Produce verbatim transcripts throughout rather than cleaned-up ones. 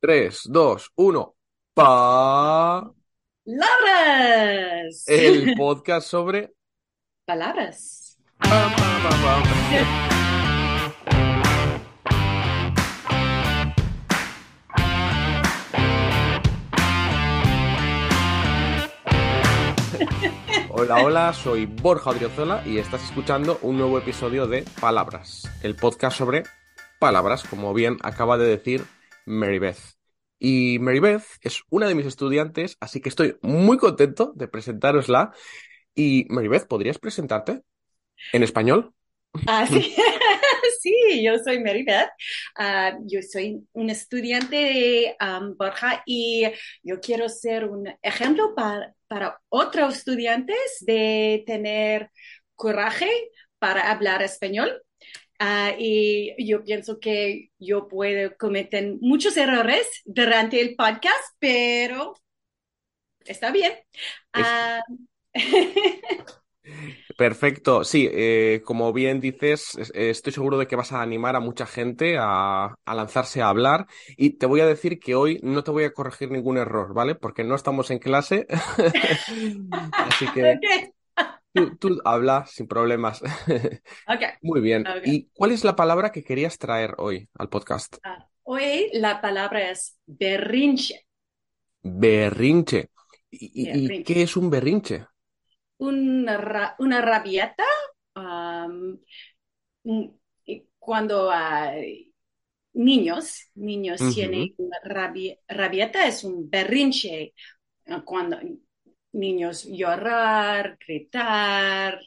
Tres, dos, uno. Pa. Palabras. El podcast sobre. Palabras. Pam, pam, pam, pam. Hola, hola, soy Borja Odriozola y estás escuchando un nuevo episodio de Palabras, el podcast sobre palabras, como bien acaba de decir Maribeth. Y Maribeth es una de mis estudiantes, así que estoy muy contento de presentárosla. Y Maribeth, ¿podrías presentarte en español? Ah, sí. Sí, yo soy Maribeth. Ah, yo soy un estudiante de um, Borja y yo quiero ser un ejemplo para, para otros estudiantes de tener coraje para hablar español. Ah, y yo pienso que yo puedo cometer muchos errores durante el podcast, pero está bien. Es Ah, Perfecto, sí, eh, como bien dices, es- eh, estoy seguro de que vas a animar a mucha gente a, a lanzarse a hablar y te voy a decir que hoy no te voy a corregir ningún error, ¿vale? Porque no estamos en clase, así que ok, tú, tú habla sin problemas. ok, Muy bien, ok. ¿y cuál es la palabra que querías traer hoy al podcast? Ah, hoy la palabra es berrinche. Berrinche. ¿Y, y- y Berrinche. qué es un berrinche? Una, ra- una rabieta. um, mm, y cuando hay niños, niños tienen Ujú. una rabi- rabieta, es un berrinche. Ah, Cuando niños llorar, gritar.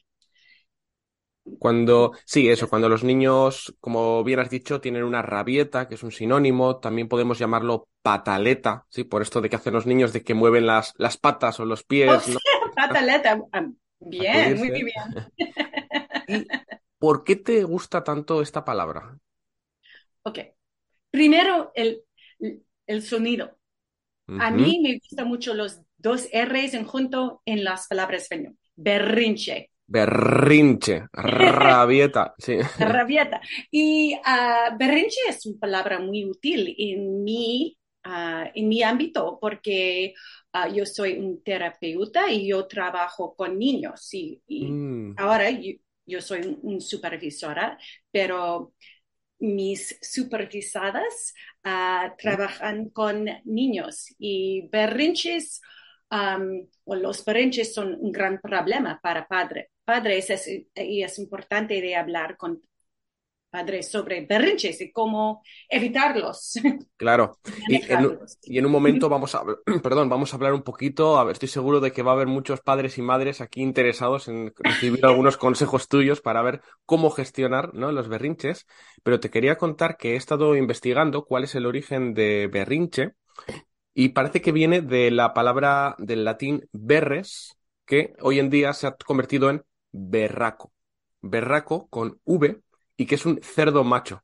Cuando, sí, eso, cuando los niños, como bien has dicho, tienen una rabieta, que es un sinónimo, también podemos llamarlo pataleta, sí, por esto de que hacen los niños, de que mueven las, las patas o los O pies, ¿no? sea, pataleta. Ah, Bien, muy Sacudirse. bien. ¿Y por qué te gusta tanto esta palabra? Ok. Primero, el, el sonido. A Ujú. mí me gustan mucho los dos R's en junto en las palabras español. Berrinche. Berrinche, rabieta, sí. Rabieta. Y uh, berrinche es una palabra muy útil en mi, uh, en mi ámbito porque uh, yo soy un terapeuta y yo trabajo con niños y, y Mm. ahora yo, yo soy un, un supervisora, pero mis supervisadas uh, trabajan con niños y berrinches um, o los berrinches son un gran problema para padres. Padres es, y es importante de hablar con padres sobre berrinches y cómo evitarlos Claro, y y en, u- manejarlos. y en un momento vamos a, perdón, vamos a hablar un poquito, a ver, estoy seguro de que va a haber muchos padres y madres aquí interesados en recibir algunos consejos tuyos para ver cómo gestionar, ¿no? Los berrinches, pero te quería contar que he estado investigando cuál es el origen de berrinche y parece que viene de la palabra del latín berres, que hoy en día se ha convertido en berraco, berraco con V y que es un cerdo macho.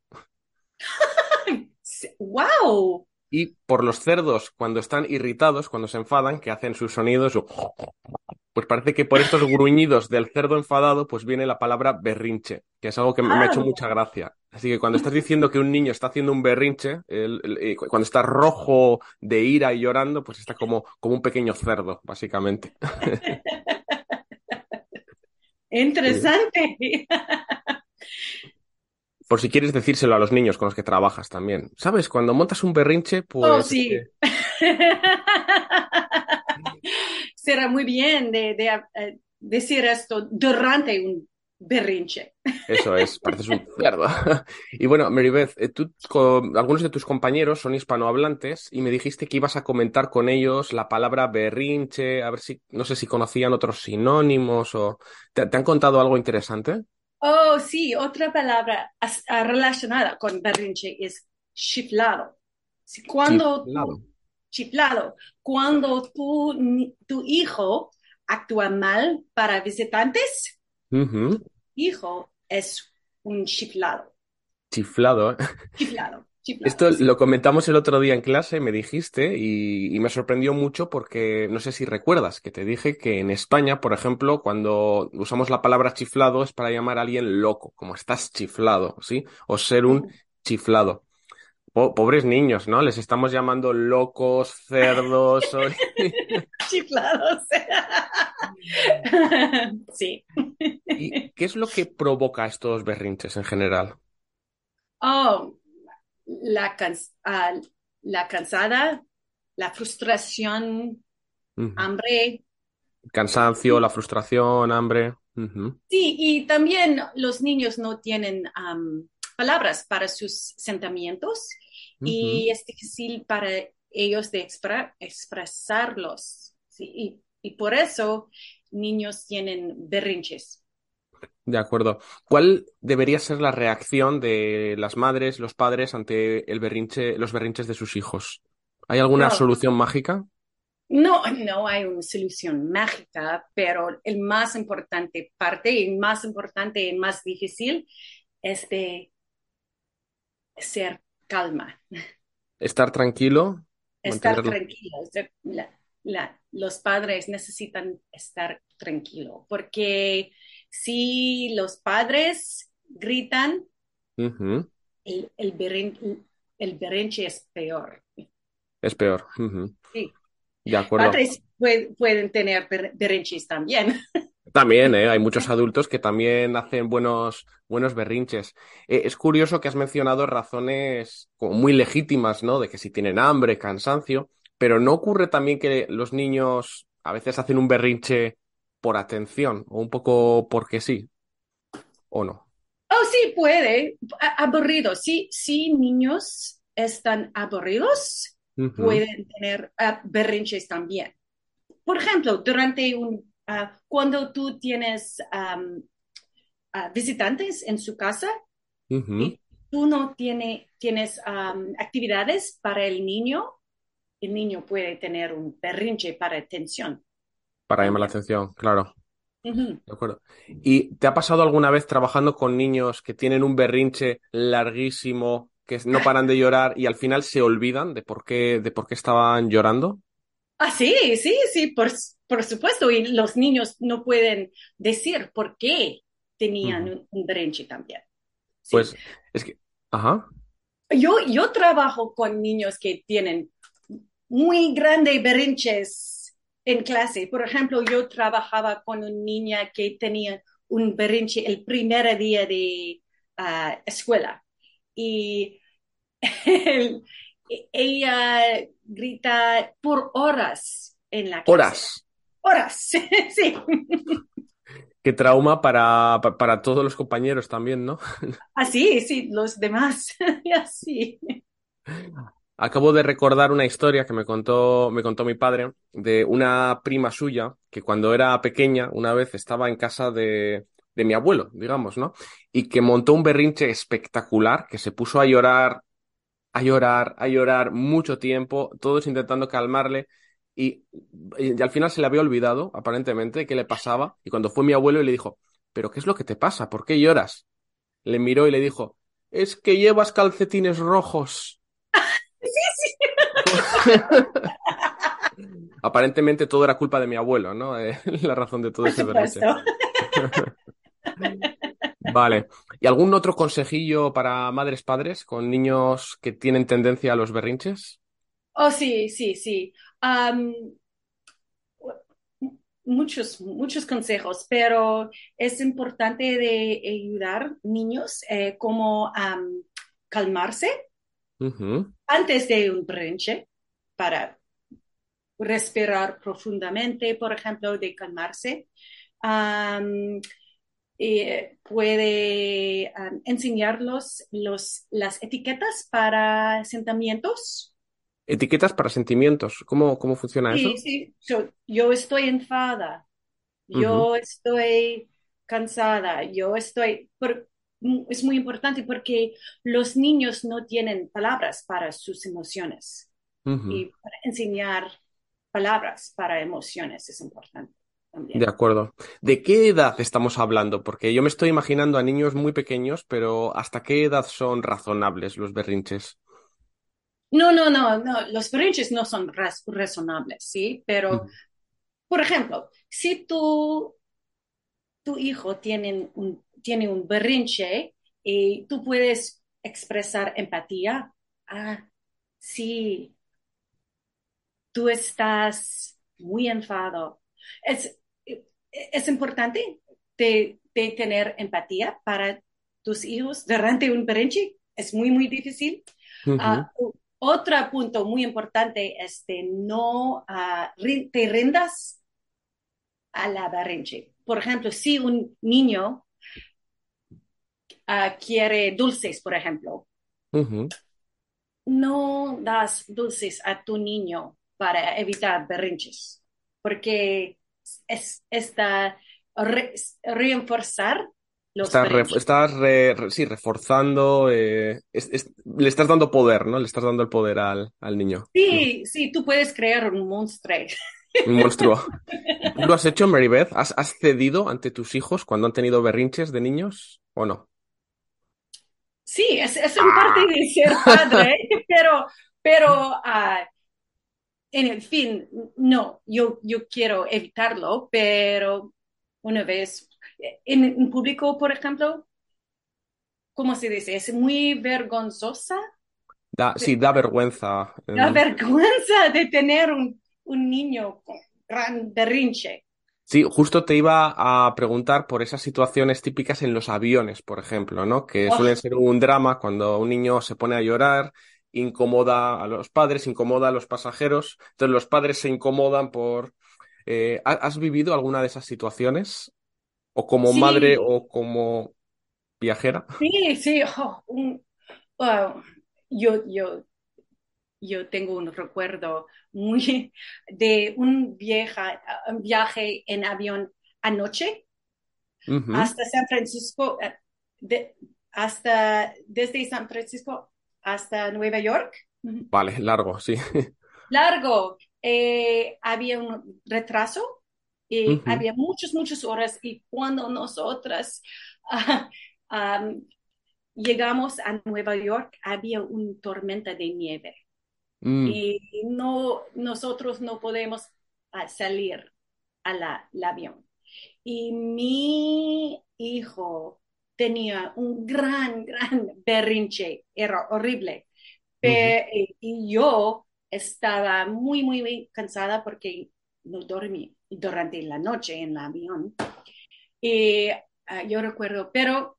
¡Wow! Y por los cerdos, cuando están irritados, cuando se enfadan, que hacen sus sonidos, su- pues parece que por estos gruñidos del cerdo enfadado, pues viene la palabra berrinche, que es algo que me me ha hecho mucha ¡Wow! gracia. Así que cuando estás diciendo que un niño está haciendo un berrinche, el- el- eh, cu- cuando está rojo de ira y llorando, pues está como, como un pequeño cerdo, básicamente. Muy bien. Interesante. Por si quieres decírselo a los niños con los que trabajas también. ¿Sabes? Cuando montas un berrinche, Oh, pues... sí. eh, Será muy bien de, de, eh, decir esto durante un berrinche. Eso es, pareces un cerdo. Y bueno, Maribeth, eh, tú con algunos de tus compañeros son hispanohablantes y me dijiste que ibas a comentar con ellos la palabra berrinche, a ver si, no sé si conocían otros sinónimos o... ¿Te, te han contado algo interesante? Oh, sí, otra palabra as- ah, relacionada con berrinche es chiflado. Si Cuando Chiflado. tú, chiflado, cuando tu, ni- tu hijo actúa mal para visitantes, Ujú. hijo es un chiflado. Chiflado, ¿eh? Chiflado, chiflado, Esto sí. lo comentamos el otro día en clase, me dijiste, y, y me sorprendió mucho porque no sé si recuerdas que te dije que en España, por ejemplo, cuando usamos la palabra chiflado es para llamar a alguien loco, como estás chiflado, ¿sí? O ser un Oh, chiflado. Po- pobres niños, ¿no? Les estamos llamando locos, cerdos. o- Chiflados. Sí. ¿Y qué es lo que provoca estos berrinches en general? Oh, la, cans- ah, la cansada, la frustración, Ujú. hambre. Cansancio, la frustración, hambre. Ujú, Sí, y también los niños no tienen am, palabras para sus sentimientos ujú. y es difícil para ellos de expra- expresarlos. Sí, y, y por eso niños tienen berrinches. De acuerdo. ¿Cuál debería ser la reacción de las madres, los padres ante el berrinche, los berrinches de sus hijos? ¿Hay alguna No, solución mágica? no, no hay una solución mágica, pero el más importante parte y más importante y más difícil es de ser calma. Estar tranquilo, Estar mantenerlo. tranquilos. La, la, los padres necesitan estar tranquilos, porque si los padres gritan, Ujú. el, el, berrin, el berrinche es peor. Es peor. Ujú. Sí. De acuerdo. Padres puede, pueden tener ber, berrinches también. También, ¿eh? Hay muchos adultos que también hacen buenos, buenos berrinches. Eh, es curioso que has mencionado razones como muy legítimas, ¿no? De que si tienen hambre, cansancio, pero ¿no ocurre también que los niños a veces hacen un berrinche por atención o un poco porque sí o no? Oh, sí, puede. Aburridos. Sí, sí, niños están aburridos, Ujú, pueden tener uh, berrinches también. Por ejemplo, durante un, uh, cuando tú tienes um, uh, visitantes en su casa ujú. y tú no tiene, tienes um, actividades para el niño, el niño puede tener un berrinche para atención Para llamar la también. atención, claro. Uh -huh. De acuerdo. ¿Y te ha pasado alguna vez trabajando con niños que tienen un berrinche larguísimo, que no paran de llorar y al final se olvidan de por qué, de por qué estaban llorando? Ah, sí, sí, sí, por, por supuesto. Y los niños no pueden decir por qué tenían Ujú. un, un berrinche también. Sí. Pues es que, ajá, Yo, yo trabajo con niños que tienen muy grandes berrinches en clase. Por ejemplo, yo trabajaba con una niña que tenía un berrinche el primer día de uh, escuela y el, ella grita por horas en la clase. horas. Horas, sí. Qué trauma para, pa- para todos los compañeros también, ¿no? Así, sí, los demás, así. Acabo de recordar una historia que me contó, me contó mi padre de una prima suya que cuando era pequeña una vez estaba en casa de, de mi abuelo, digamos, ¿no? Y que montó un berrinche espectacular, que se puso a llorar, a llorar, a llorar mucho tiempo, todos intentando calmarle y, y al final se le había olvidado, aparentemente, qué le pasaba y cuando fue mi abuelo y le dijo, ¿pero qué es lo que te pasa? ¿Por qué lloras? Le miró y le dijo, es que llevas calcetines rojos. Sí, sí, Aparentemente todo era culpa de mi abuelo, ¿no? Eh, la razón de todo por ese berrinche. supuesto. Vale. ¿Y algún otro consejillo para madres padres con niños que tienen tendencia a los berrinches? Oh, sí, sí, sí. Um, muchos, muchos consejos, pero es importante de ayudar niños eh, como um, calmarse Ujú. antes de un berrinche para respirar profundamente, por ejemplo, de calmarse. Um, eh, puede um, enseñarlos los, las etiquetas para sentimientos. Etiquetas para sentimientos. ¿Cómo, cómo funciona Sí, eso? sí, yo, yo estoy enfada, Ujú, yo estoy cansada, yo estoy... Por, es muy importante porque los niños no tienen palabras para sus emociones ujú. y para enseñar palabras para emociones es importante De también. acuerdo. ¿De qué edad estamos hablando? Porque yo me estoy imaginando a niños muy pequeños, pero ¿hasta qué edad son razonables los berrinches? No, no, no, no, los berrinches no son raz razonables, ¿sí? Pero, Ujú, por ejemplo, si tu, tu hijo tiene un, tiene un berrinche y tú puedes expresar empatía, ah, sí, tú estás muy enfadado. Es, es importante de, de tener empatía para tus hijos durante un berrinche. Es muy, muy difícil. Ujú, Uh, otro punto muy importante es de no uh, te rindas a la berrinche. Por ejemplo, si un niño uh, quiere dulces, por ejemplo, ujú. no das dulces a tu niño para evitar berrinches, porque es esta re, reforzar los Estás, re- berrinches. estás re- re- sí, reforzando, eh, es- es- le estás dando poder, ¿no? Le estás dando el poder al, al niño. Ujú. Sí, sí, tú puedes crear un monstruo. Un monstruo. ¿Tú lo has hecho, Maribeth? ¿Has, has cedido ante tus hijos cuando han tenido berrinches de niños o no? Sí, es, es en parte ¡Ah! de ser padre, pero, pero uh, en el fin, no, yo, yo quiero evitarlo, pero una vez en, en público, por ejemplo, ¿cómo se dice? Es muy vergonzosa. Da, sí, da vergüenza. La em, vergüenza de tener un, un niño con gran berrinche. Sí, justo te iba a preguntar por esas situaciones típicas en los aviones, por ejemplo, ¿no? Que suelen Oh, ser un drama cuando un niño se pone a llorar, incomoda a los padres, incomoda a los pasajeros, entonces los padres se incomodan por... eh, ¿ha- ¿has vivido alguna de esas situaciones? ¿O como madre sí, o como viajera? sí, sí. Oh, un- wow. Yo, yo, yo tengo un recuerdo muy de un, vieja, un viaje en avión anoche Ujú. hasta San Francisco, eh, de- hasta, desde San Francisco hasta Nueva York. Vale, largo, sí. Largo. Eh, había un retraso y Ujú. había muchas, muchas horas y cuando nosotras uh, um, llegamos a Nueva York había una tormenta de nieve Mm, y no, nosotros no podemos uh, salir al avión. Y mi hijo tenía un gran, gran berrinche, era horrible. ujú. Pe- y yo estaba muy, muy, muy cansada porque no dormí durante la noche en el avión. Y uh, yo recuerdo, pero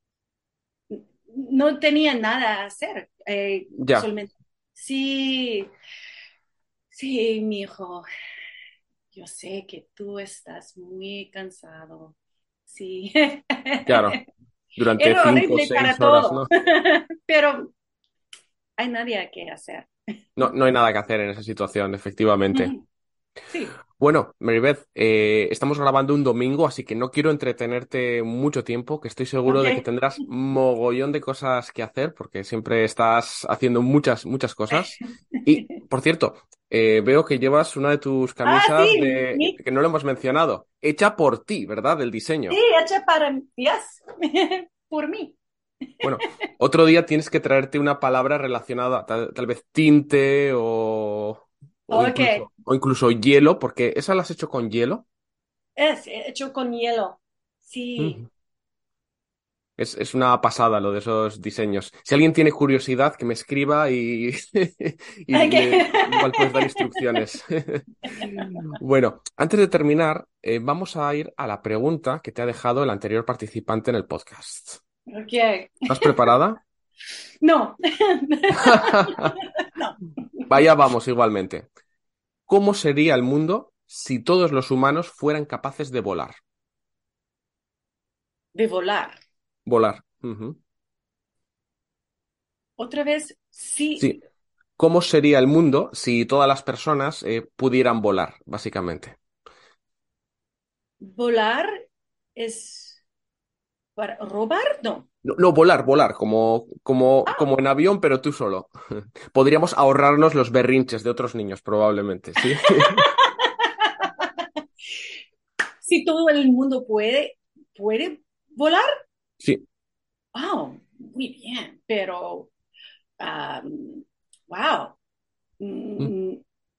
no tenía nada a hacer. Eh, Ya, solamente, sí, sí, mi hijo, yo sé que tú estás muy cansado. Sí. claro. Durante Era cinco o horrible seis para horas, todo, ¿no? pero hay nadie que hacer. No, no hay nada que hacer en esa situación, efectivamente. Sí. Bueno, Maribeth, eh, estamos grabando un domingo, así que no quiero entretenerte mucho tiempo, que estoy seguro Ok. de que tendrás mogollón de cosas que hacer, porque siempre estás haciendo muchas, muchas cosas. Y, por cierto, eh, veo que llevas una de tus Ah, camisas sí, de, mi- que no lo hemos mencionado, hecha por ti, ¿verdad? Del sí, diseño. hecha para yes, por mí. Bueno, otro día tienes que traerte una palabra relacionada, tal, tal vez tinte o, o Ok, incluso, o incluso hielo, porque esa la has hecho con hielo. es hecho con hielo. Sí. Ujú. Es, es una pasada lo de esos diseños. Si alguien tiene curiosidad, que me escriba y, y Ok. le, igual puedes dar instrucciones. Bueno, antes de terminar, eh, vamos a ir a la pregunta que te ha dejado el anterior participante en el podcast. Ok. ¿Estás preparada? No. No. Vaya, vamos igualmente. ¿Cómo sería el mundo si todos los humanos fueran capaces de volar? De volar. Volar. Ujú. Otra vez, sí, Sí. ¿Cómo sería el mundo si todas las personas eh, pudieran volar, básicamente? volar es para robar, no. No, no, volar, volar, como, como, Ah, como en avión, pero tú solo. Podríamos ahorrarnos los berrinches de otros niños, probablemente, ¿sí? si todo el mundo puede, puede volar, Sí. wow, muy bien, pero um, wow, Mm. mm,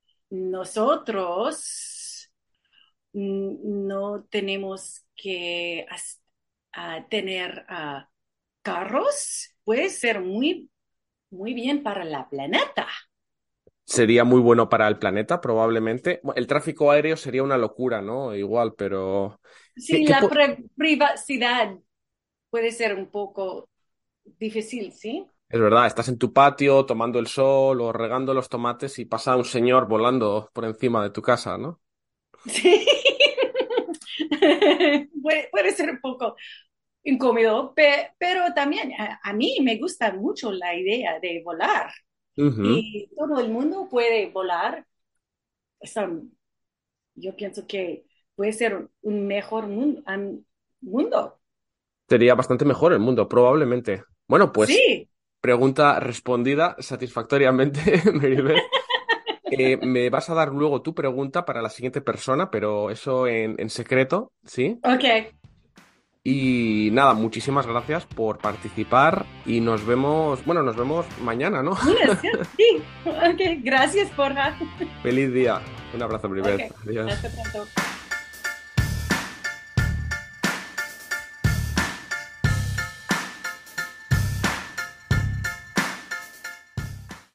nosotros mm, no tenemos que as- ah, tener ah, carros, puede ser muy muy bien para la planeta. Sería muy bueno para el planeta, probablemente. Bueno, el tráfico aéreo sería una locura, ¿no? Igual, pero... ¿Qué, Sí, qué la po- pri- privacidad puede ser un poco difícil, ¿sí? Es verdad, estás en tu patio tomando el sol o regando los tomates y pasa un señor volando por encima de tu casa, ¿no? Sí. Puede, puede ser un poco incómodo, pe- pero también a, a mí me gusta mucho la idea de volar Ujú. y todo el mundo puede volar. O sea, yo pienso que puede ser un, un mejor mun- am- mundo. Sería bastante mejor el mundo, probablemente. Bueno, pues Sí, pregunta respondida satisfactoriamente, Maribeth. Eh, me vas a dar luego tu pregunta para la siguiente persona, pero eso en, en secreto, ¿sí? ok. Y nada, muchísimas gracias por participar y nos vemos, bueno, nos vemos mañana, ¿no? Lunes, ¿sí? Sí. Ok, gracias, Borja. Feliz día. Un abrazo, Ok, Maribeth. Adiós. hasta pronto.